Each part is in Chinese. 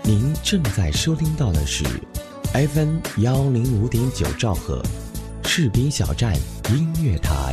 您正在收听到的是 FM 105.9兆赫士兵小站音乐台。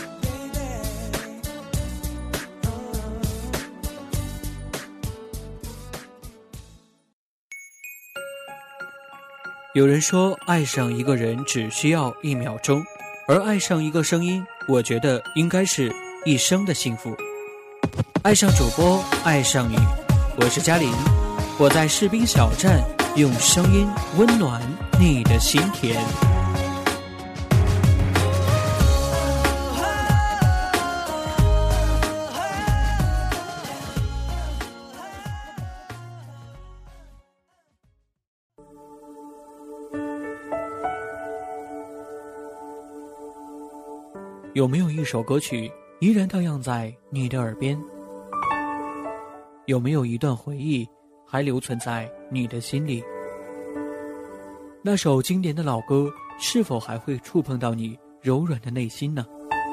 有人说，爱上一个人只需要1秒钟，而爱上一个声音，我觉得应该是一生的幸福。爱上主播，爱上你，我是嘉玲，我在士兵小站用声音温暖你的心田。有没有一首歌曲依然荡漾在你的耳边？有没有一段回忆还留存在你的心里？那首经典的老歌是否还会触碰到你柔软的内心呢？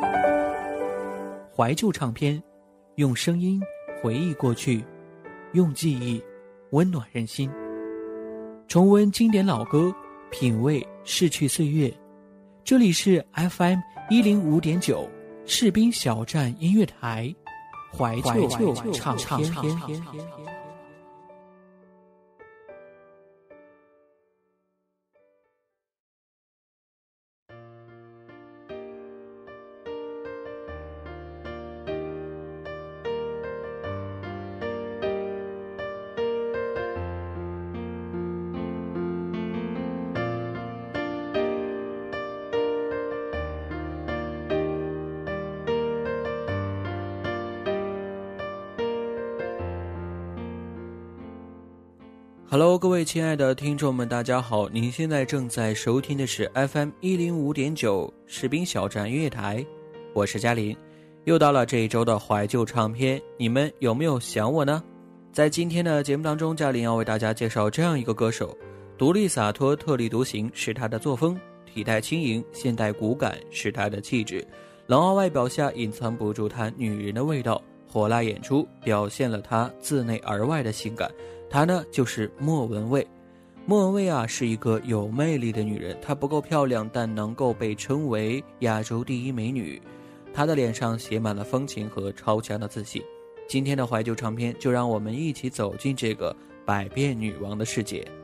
怀旧唱片，用声音回忆过去，用记忆温暖人心。重温经典老歌，品味逝去岁月。这里是 FM 105.9士兵小站音乐台，怀旧唱片。Hello， 各位亲爱的听众们，大家好！您现在正在收听的是 FM 105.9士兵小站音乐台，我是嘉玲。又到了这一周的怀旧唱片，你们有没有想我呢？在今天的节目当中，嘉玲要为大家介绍这样一个歌手，独立洒脱、特立独行是他的作风，体态轻盈、现代骨感是他的气质，冷傲外表下隐藏不住他女人的味道，火辣演出表现了他自内而外的性感。她呢就是莫文蔚。莫文蔚啊是一个有魅力的女人，她不够漂亮，但能够被称为亚洲第一美女。她的脸上写满了风情和超强的自信。今天的怀旧唱片就让我们一起走进这个百变女王的世界。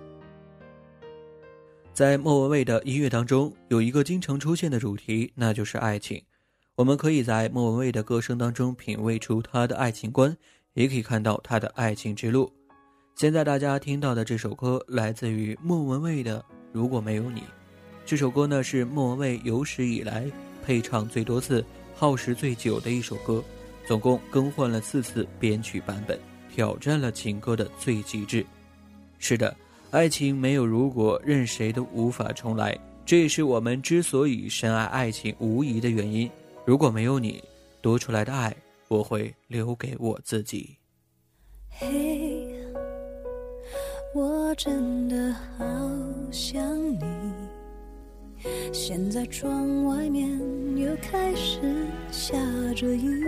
在莫文蔚的音乐当中，有一个经常出现的主题，那就是爱情。我们可以在莫文蔚的歌声当中品味出她的爱情观，也可以看到她的爱情之路。现在大家听到的这首歌来自于莫文蔚的《如果没有你》。这首歌呢是莫文蔚有史以来配唱最多次、耗时最久的一首歌，总共更换了4次编曲版本，挑战了情歌的最极致。是的，爱情没有如果，任谁都无法重来，这也是我们之所以深爱爱情无疑的原因。如果没有你，多出来的爱我会留给我自己。 嘿，我真的好想你，现在窗外面又开始下着雨，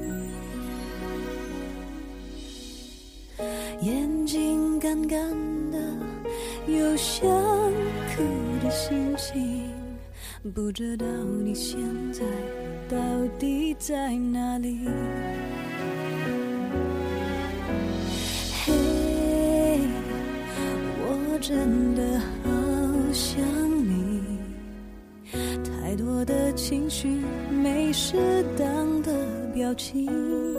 眼睛干干的，有想哭的心情，不知道你现在到底在哪里。真的好想你，太多的情绪没适当的表情，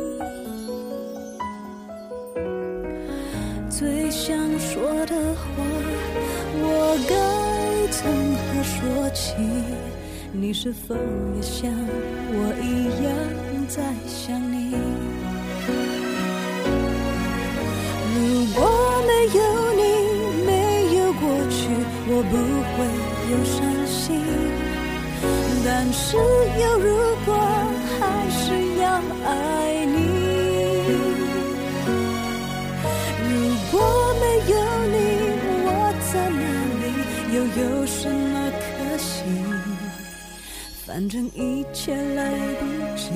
最想说的话我该从何说起，你是否也像我一样在想你？如果没有你，我不会有伤心，但是有如果还是要爱你。如果没有你，我在哪里，又有什么可惜？反正一切来不及，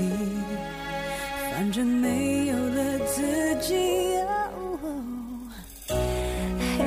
反正没有了自己。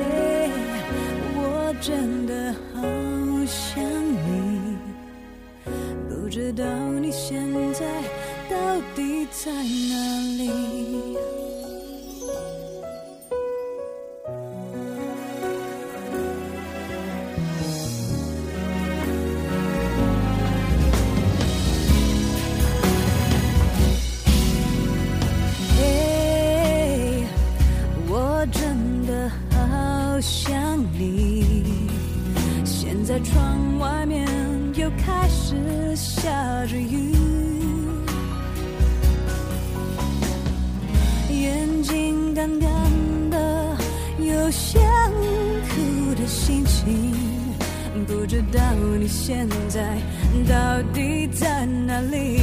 干干的又想哭的心情，不知道你现在到底在哪里。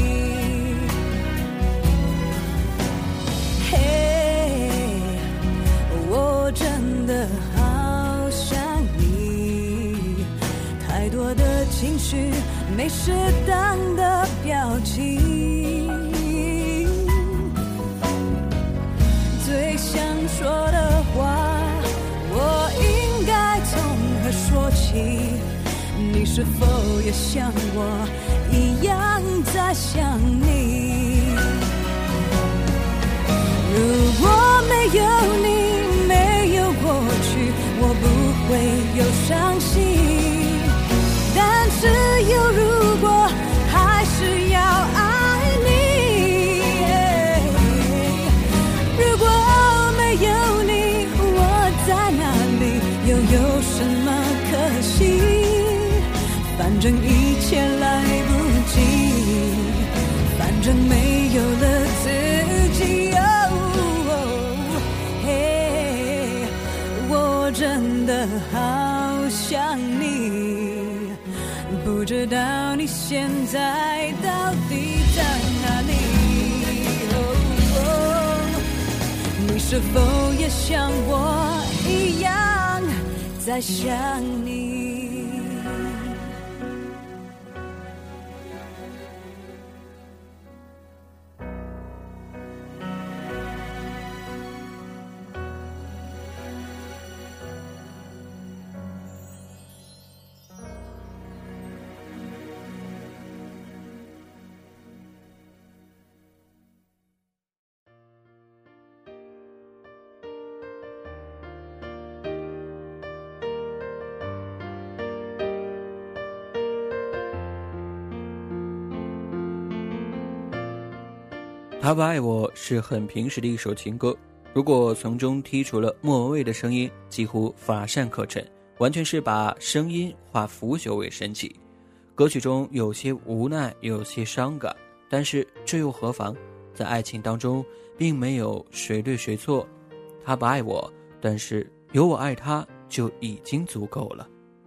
嘿，我真的好想你，太多的情绪没适当的表情，最想说的话我应该从何说起？你是否也像我一样在想你？如果没有你，没有过去，我不会有伤心。但是有如果，还是要爱你。如果没有你，我在哪里，又有什么可惜？反正一切来不及，反正没有了自己。我真的好想你，不知道你现在到底在哪里。你是否也像我一样在想你？ 他不爱我是很平实的一首情歌，如果从中剔除了莫文蔚的声音，几乎乏善可陈，完全是把声音化腐朽为神奇。歌曲中有些无奈，有些伤感，但是这又何妨？在爱情当中并没有谁对谁错，他不爱我，但是有我爱他就已经足够了。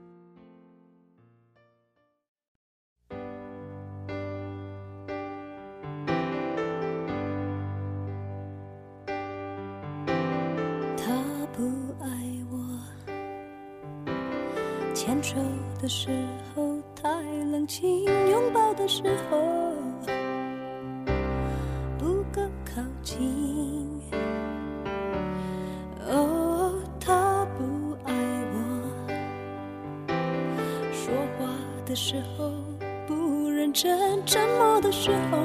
牵手的时候太冷清，拥抱的时候不够靠近。哦，他不爱我，说话的时候不认真，沉默的时候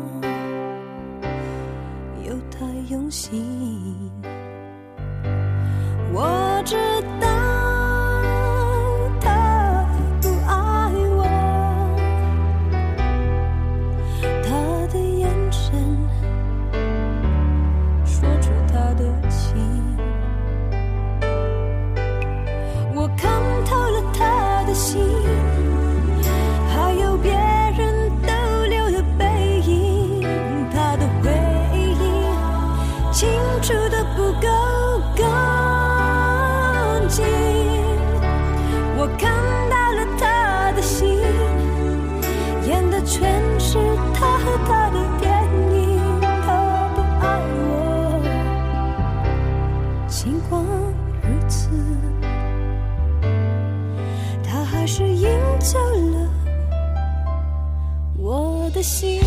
又太用心。我知道的心。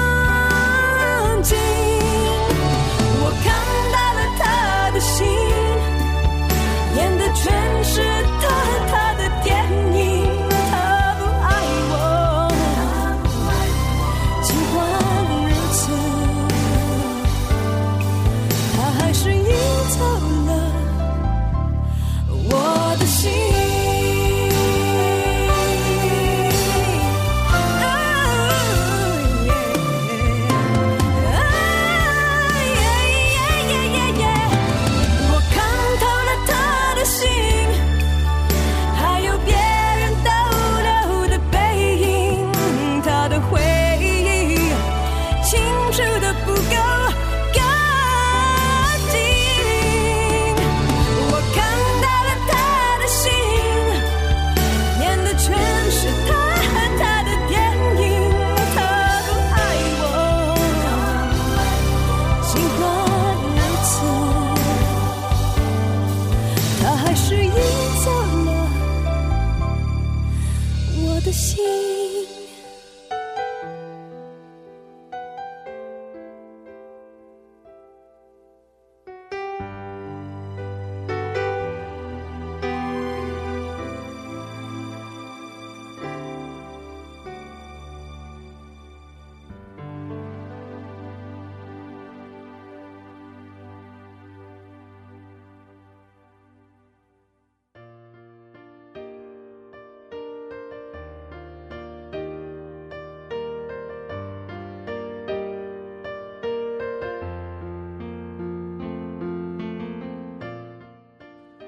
我看到了他的心，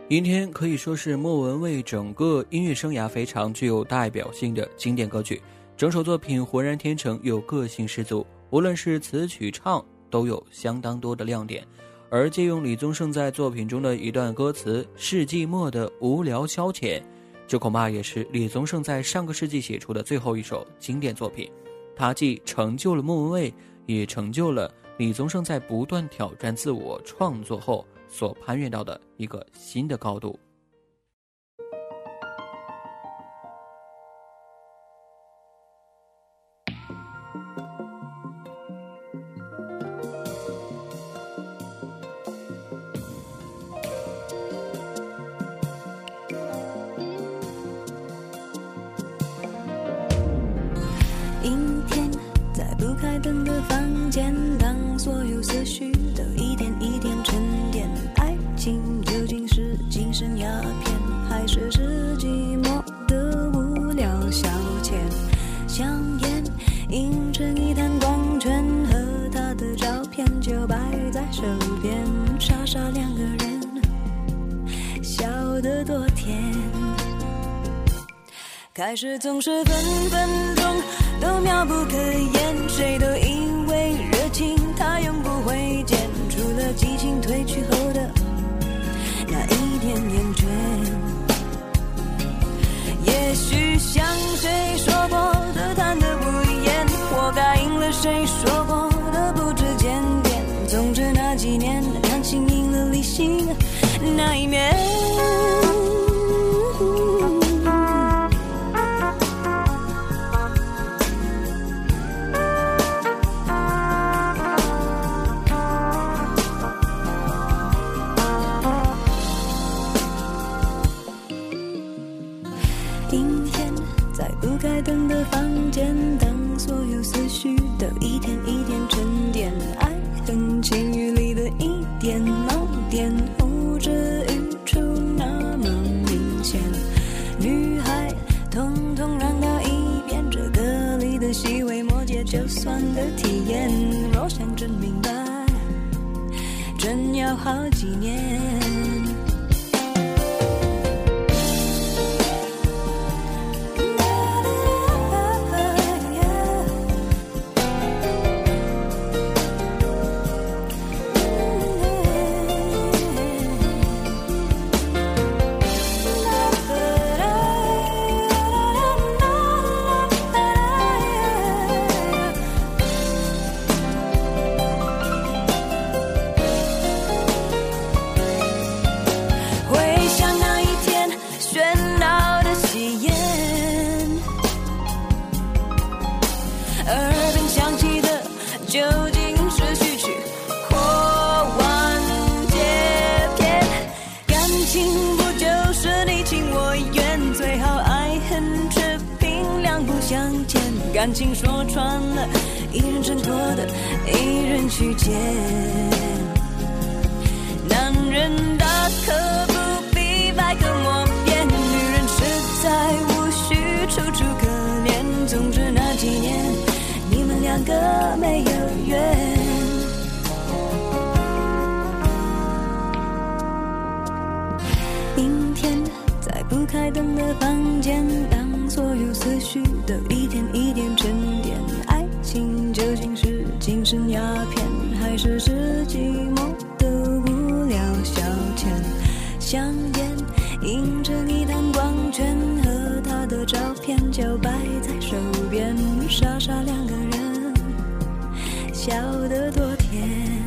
阴天可以说是莫文蔚整个音乐生涯非常具有代表性的经典歌曲，整首作品浑然天成，有个性十足，无论是词曲唱都有相当多的亮点。而借用李宗盛在作品中的一段歌词“世纪末的无聊消遣”，这恐怕也是李宗盛在上个世纪写出的最后一首经典作品。它既成就了莫文蔚，也成就了李宗盛在不断挑战自我创作后所攀越到的一个新的高度。 阴天，在不开灯的房间，当所有思绪都一点一点沉淀，爱情究竟是精神鸦片，还是寂寞的无聊消遣？香烟映成一滩光圈，和他的照片就摆在手边，傻傻两个人，笑得多甜。开始总是分分钟都妙不可言，谁都以为热情它永不会减，除了激情褪去后的那一点厌倦。也许像谁说过的谈得不厌，活该应了谁说过的不知检点，总之那几年感情赢了理性那一面。阴天，在不开灯的房间，当所有思绪都一点一点沉淀，爱恨情欲里的一点盲点，呼之欲出那么明显。女孩统统让到一边，这歌里的细微末节就算的体验，若想真明白，真要好几年。究竟是序曲或完结篇？感情不就是你情我愿，最好爱恨持平，两不相欠。感情说穿了，一人挣脱的，一人去捡。男人大可不必百口莫辩，女人实在无需楚楚可怜。总之那几年，你们两个没有缘。阴天，在不开灯的房间，当所有思绪都一点一点沉淀，爱情究竟是精神鸦片，还是寂寞的无聊消遣？香烟映着一滩光圈，和他的照片就摆在手边，傻傻两个人，笑得多甜。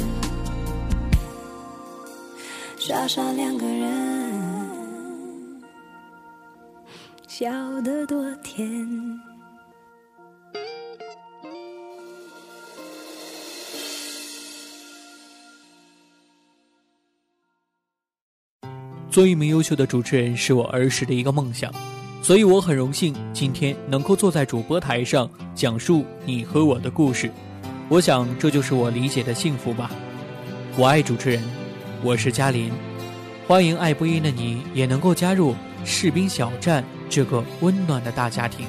傻傻两个人，笑得多甜。 做一名优秀的主持人是我儿时的一个梦想，所以我很荣幸今天能够坐在主播台上讲述你和我的故事。我想这就是我理解的幸福吧。我爱主持人，我是嘉林，欢迎爱播音的你也能够加入士兵小站这个温暖的大家庭。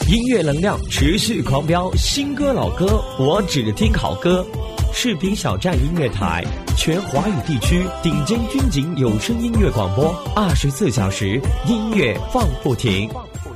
音乐能量持续狂飙，新歌老歌我只听好歌。士兵小站音乐台，全华语地区顶尖军警有声音乐广播，24小时音乐放不停。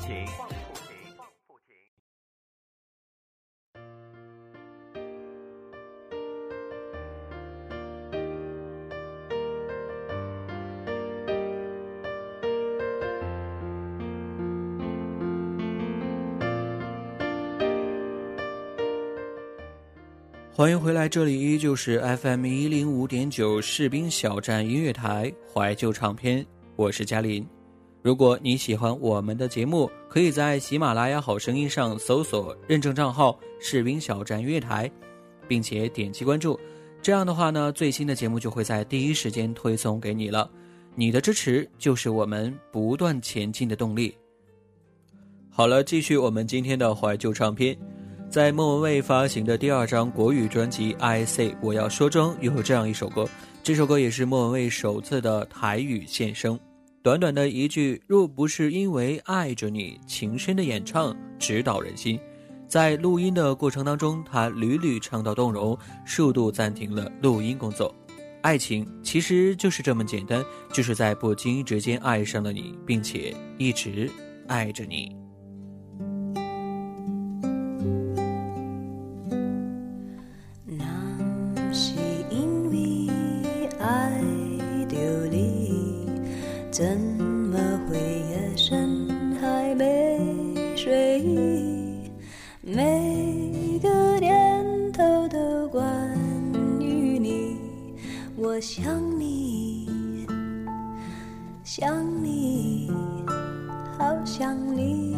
欢迎回来，这里依旧是 FM105.9 士兵小站音乐台怀旧唱片，我是嘉林。如果你喜欢我们的节目，可以在喜马拉雅好声音上搜索认证账号士兵小站音乐台，并且点击关注，这样的话呢，最新的节目就会在第一时间推送给你了。你的支持就是我们不断前进的动力。好了，继续我们今天的怀旧唱片。在莫文蔚发行的第2张国语专辑 I Say 我要说中有这样一首歌，这首歌也是莫文蔚首次的台语献声。短短的一句若不是因为爱着你，情深的演唱直捣人心。在录音的过程当中，他屡屡唱到动容，数度暂停了录音工作。爱情其实就是这么简单，就是在不经意之间爱上了你，并且一直爱着你。 怎么会夜深还没睡意？每个念头都关于你，我想你，想你，好想你。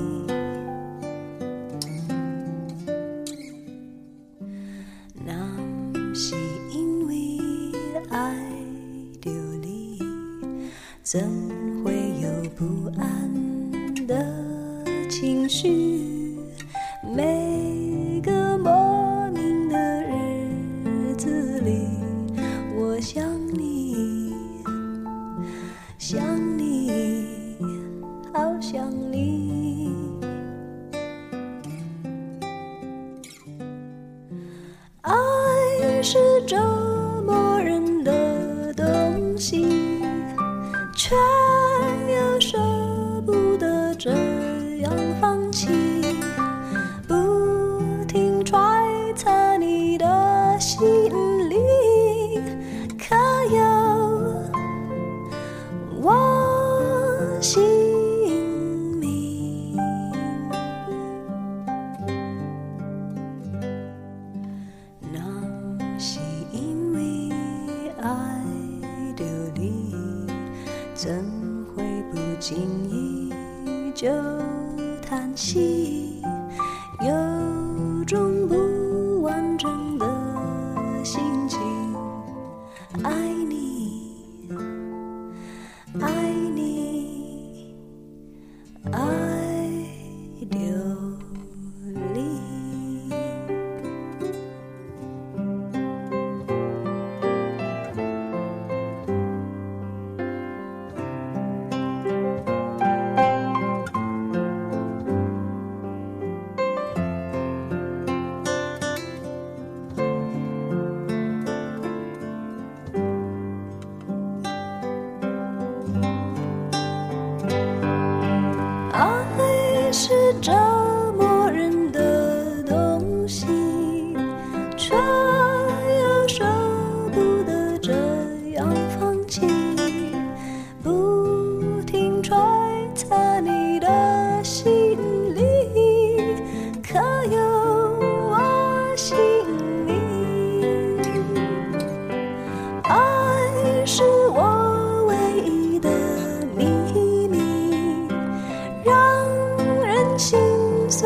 那是因为爱着你，怎会有不安的情绪？每个莫名的日子里，我想你，想你，好想你。爱是折磨人的东西，却又舍不得这样放弃，不停揣测你的心里，可有我姓名？那是因为爱着你，怎会不经意就叹息，有种不完整的心情。爱你，爱你，爱着你。爱是折磨人的东西，却又舍不得这样放弃，不停揣测你的心里，可有我姓名？爱是我唯一的秘密，让人心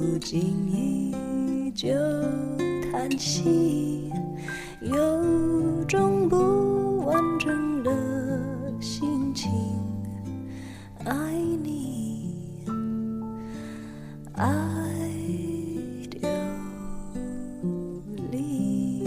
不经意就叹息，有种不完整的心情，爱你，爱丢离。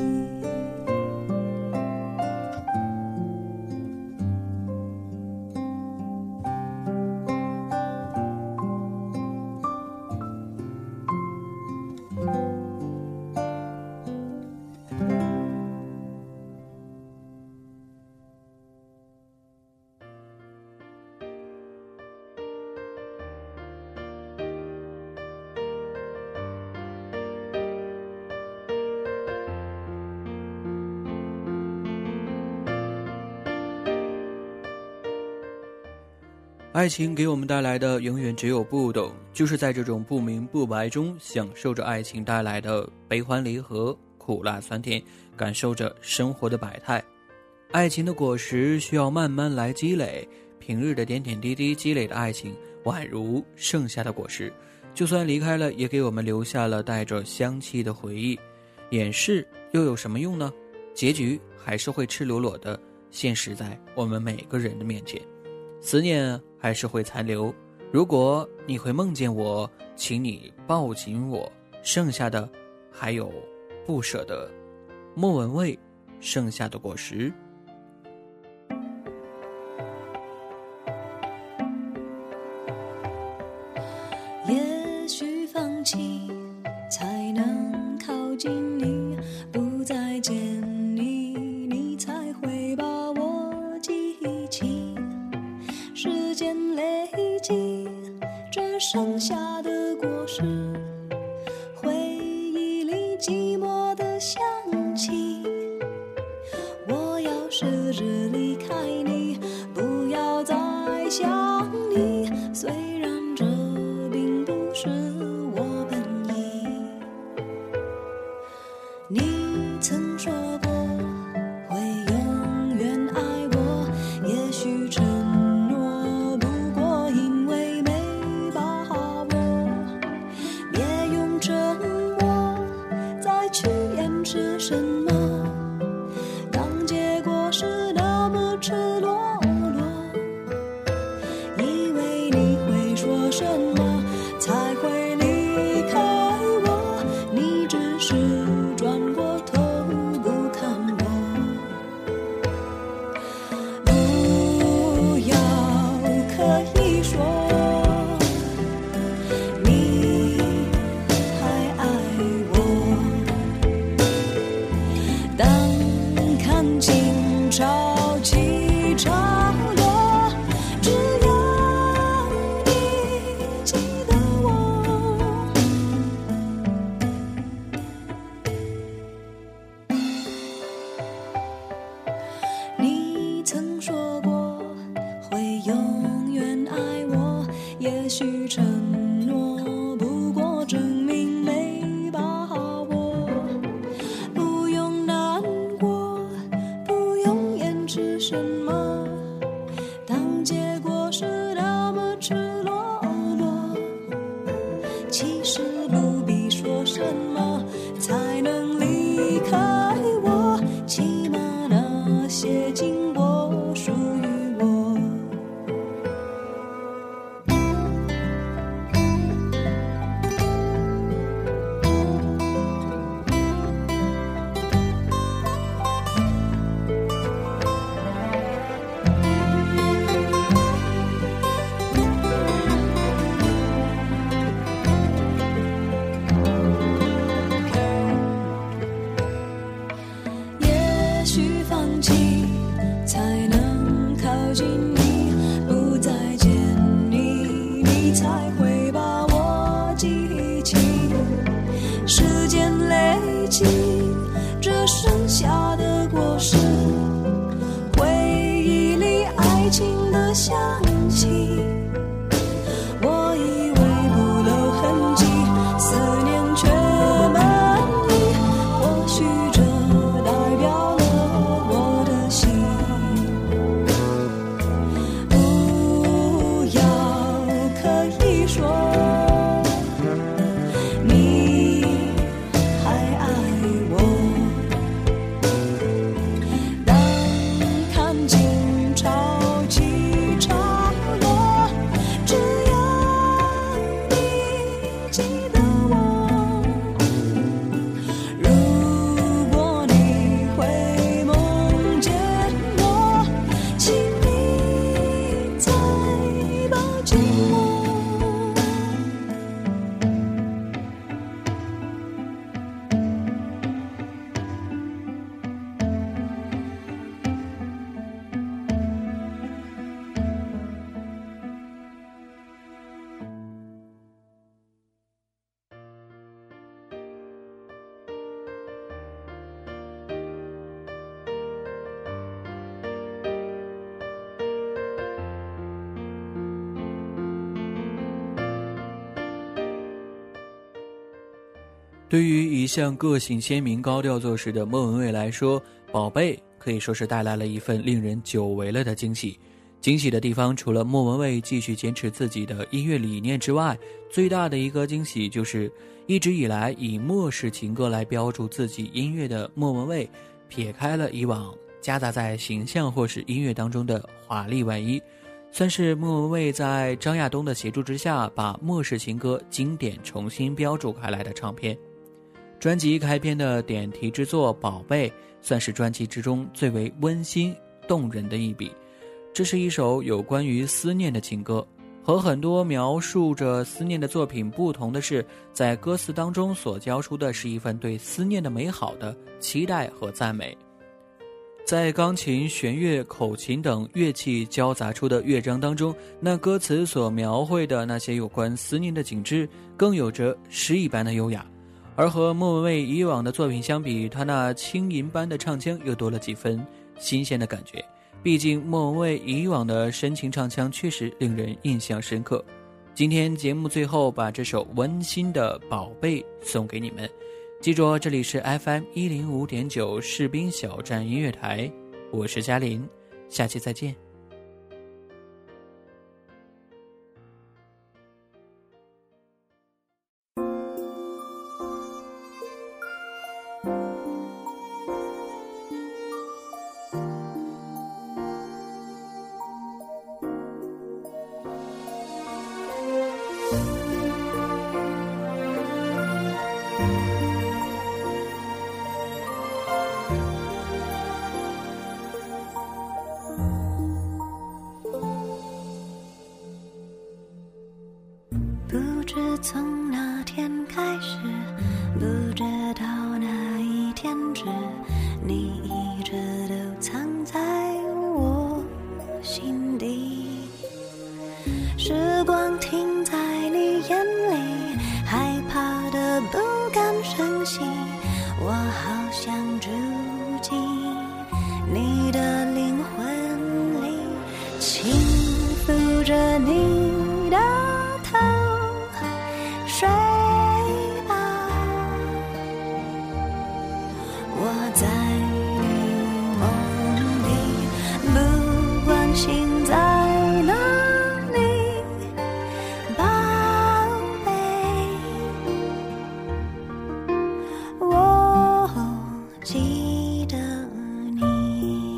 爱情给我们带来的永远只有不懂，就是在这种不明不白中享受着爱情带来的悲欢离合、苦辣酸甜，感受着生活的百态。爱情的果实需要慢慢来积累，平日的点点滴滴积累的爱情，宛如盛夏的果实，就算离开了，也给我们留下了带着香气的回忆。掩饰又有什么用呢？结局还是会赤裸裸的现实在我们每个人的面前。思念还是会残留，如果你会梦见我，请你抱紧我，剩下的还有不舍得。莫文蔚，剩下的果实。 也许放弃才能靠近你，不再见你，你才会把我记起。时间累积，这剩下的果实，回忆里寂寞的香气。我要试着离开你，不要再想你，虽然这并不是我本意。你曾说过会永远爱我，也许承诺不过因为没把握，别用沉默再去掩饰什么，当结果是那么赤裸裸，以为你会说什么才会离开我，你只是转过头不看我。不要刻意说你还爱我，当看清潮起潮落，只要你记得我。你曾说过会永远爱我，也许承诺不过证明没把握，不用难过，不用掩饰什么，当结果是那么赤裸裸，其实不必说什么才能离开我，起码那些经过属于我。也许放弃才能靠近你，不再见你，你才会把我记起。时间累积，这剩下的果实，回忆里爱情的香气。我以为不留痕迹，思念却满溢，或许这代表了我的心。不要刻意说对于一向个性鲜明、高调做事的莫文蔚来说，宝贝可以说是带来了一份令人久违了的惊喜。惊喜的地方，除了莫文蔚继续坚持自己的音乐理念之外，最大的一个惊喜就是一直以来以末世情歌来标注自己音乐的莫文蔚，撇开了以往夹杂在形象或是音乐当中的华丽外衣，算是莫文蔚在张亚东的协助之下，把末世情歌经典重新标注开来的唱片。专辑开篇的点题之作《宝贝》算是专辑之中最为温馨动人的一笔。这是一首有关于思念的情歌，和很多描述着思念的作品不同的是，在歌词当中所交出的是一份对思念的美好的期待和赞美。在钢琴、弦乐、口琴等乐器交杂出的乐章当中，那歌词所描绘的那些有关思念的景致，更有着诗一般的优雅。而和莫文蔚以往的作品相比，他那轻吟般的唱腔又多了几分新鲜的感觉。毕竟莫文蔚以往的深情唱腔确实令人印象深刻。今天节目最后把这首温馨的宝贝送给你们，记住这里是 FM105.9 士兵小站音乐台，我是嘉林，下期再见。 不知从哪天开始，不知道哪一天止，你一直都藏在我心底。时光停在你眼里，害怕的不敢深吸，我好想住进你的灵魂里，轻抚着你的头，睡吧，我在你梦里，不管心在哪里，宝贝，我记得你。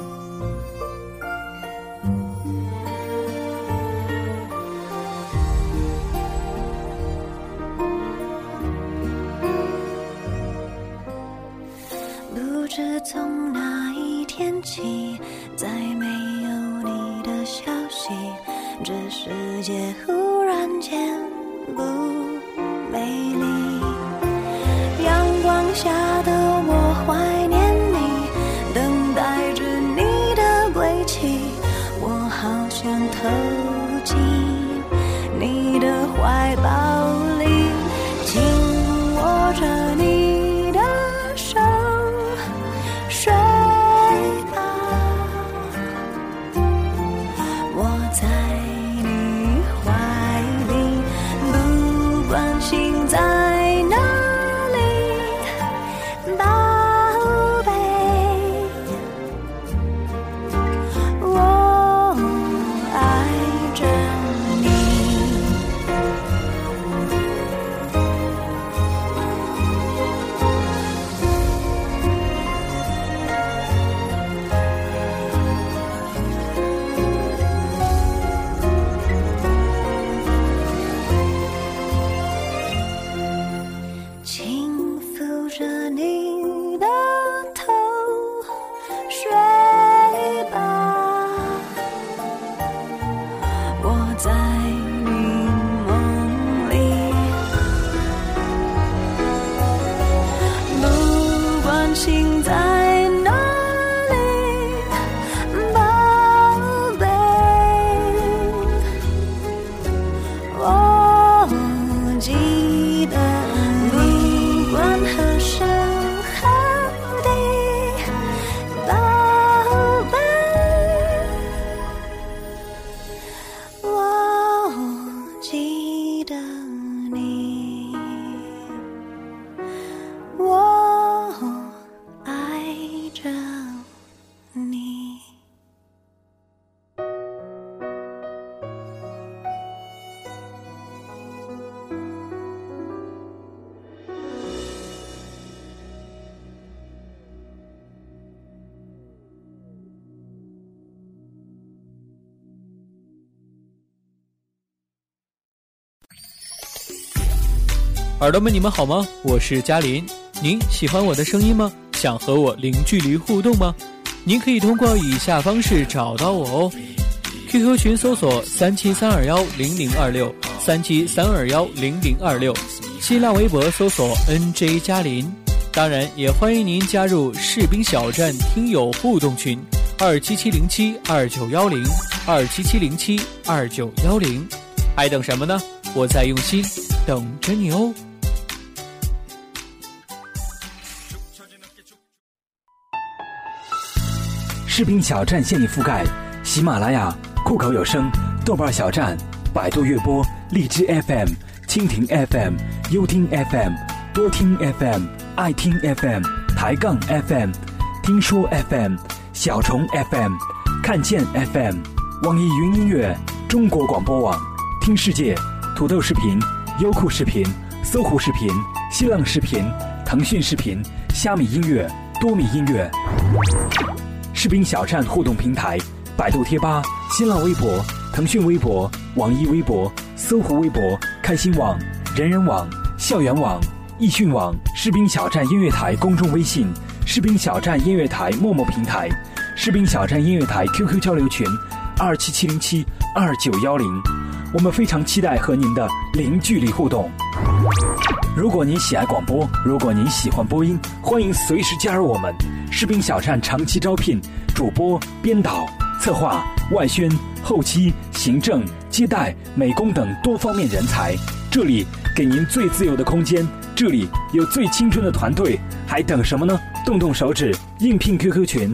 不知从哪一天起，再没有你的消息，这世界忽然间不美丽。阳光下的我怀念你，等待着你的归期，我好想投进你的怀抱里，紧握着你的手，睡吧，我在你怀里，不管心在哪里，宝贝，我爱着你。轻抚着你的头，睡吧，我在你梦里，不管心在哪里，宝贝，我记得你，不管何时何地，宝贝，我记得你。 耳朵们，你们好吗？我是嘉林，您喜欢我的声音吗？想和我零距离互动吗？您可以通过以下方式找到我哦。QQ 群搜索37310026，37310026，新浪微博搜索 NJ 嘉林。当然，也欢迎您加入士兵小站听友互动群277072910，277072910，还等什么呢？我在用心等着你哦。 士兵小站现已覆盖喜马拉雅、酷狗有声、豆瓣小站、百度乐播、荔枝 FM、蜻蜓 FM、优听 FM、多听 FM、爱听 FM、抬杠 FM、听说 FM、小虫 FM、看见 FM、网易云音乐、中国广播网、听世界、土豆视频、优酷视频、搜狐视频、新浪视频、腾讯视频、虾米音乐、多米音乐。士兵小站互动平台：百度贴吧、新浪微博、腾讯微博、网易微博、搜狐微博、开心网、人人网、校园网、易讯网、士兵小站音乐台公众微信、士兵小站音乐台陌陌平台、士兵小站音乐台 QQ 交流群277072910。我们非常期待和您的零距离互动。如果您喜爱广播，如果您喜欢播音，欢迎随时加入我们。士兵小站长期招聘主播、编导、策划、外宣、后期、行政、接待、美工等多方面人才，这里给您最自由的空间，这里有最青春的团队，还等什么呢？动动手指，应聘 QQ 群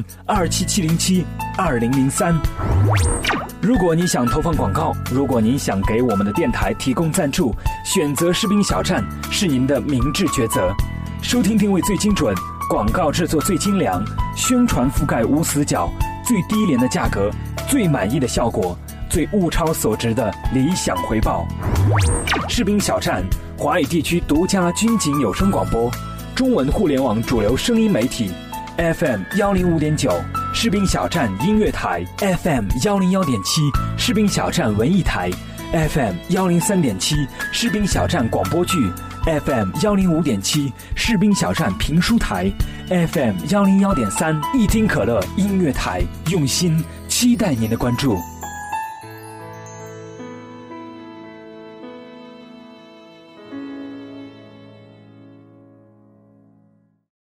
277072003。如果你想投放广告，如果您想给我们的电台提供赞助，选择士兵小站是您的明智抉择。收听定位最精准，广告制作最精良，宣传覆盖无死角，最低廉的价格，最满意的效果，最物超所值的理想回报。士兵小站，华语地区独家军警有声广播，中文互联网主流声音媒体 FM105.9，士兵小站音乐台 FM101.7，士兵小站文艺台 FM103.7，士兵小站广播剧FM105.7，士兵小站评书台 FM101.3，一听可乐音乐台，用心期待您的关注。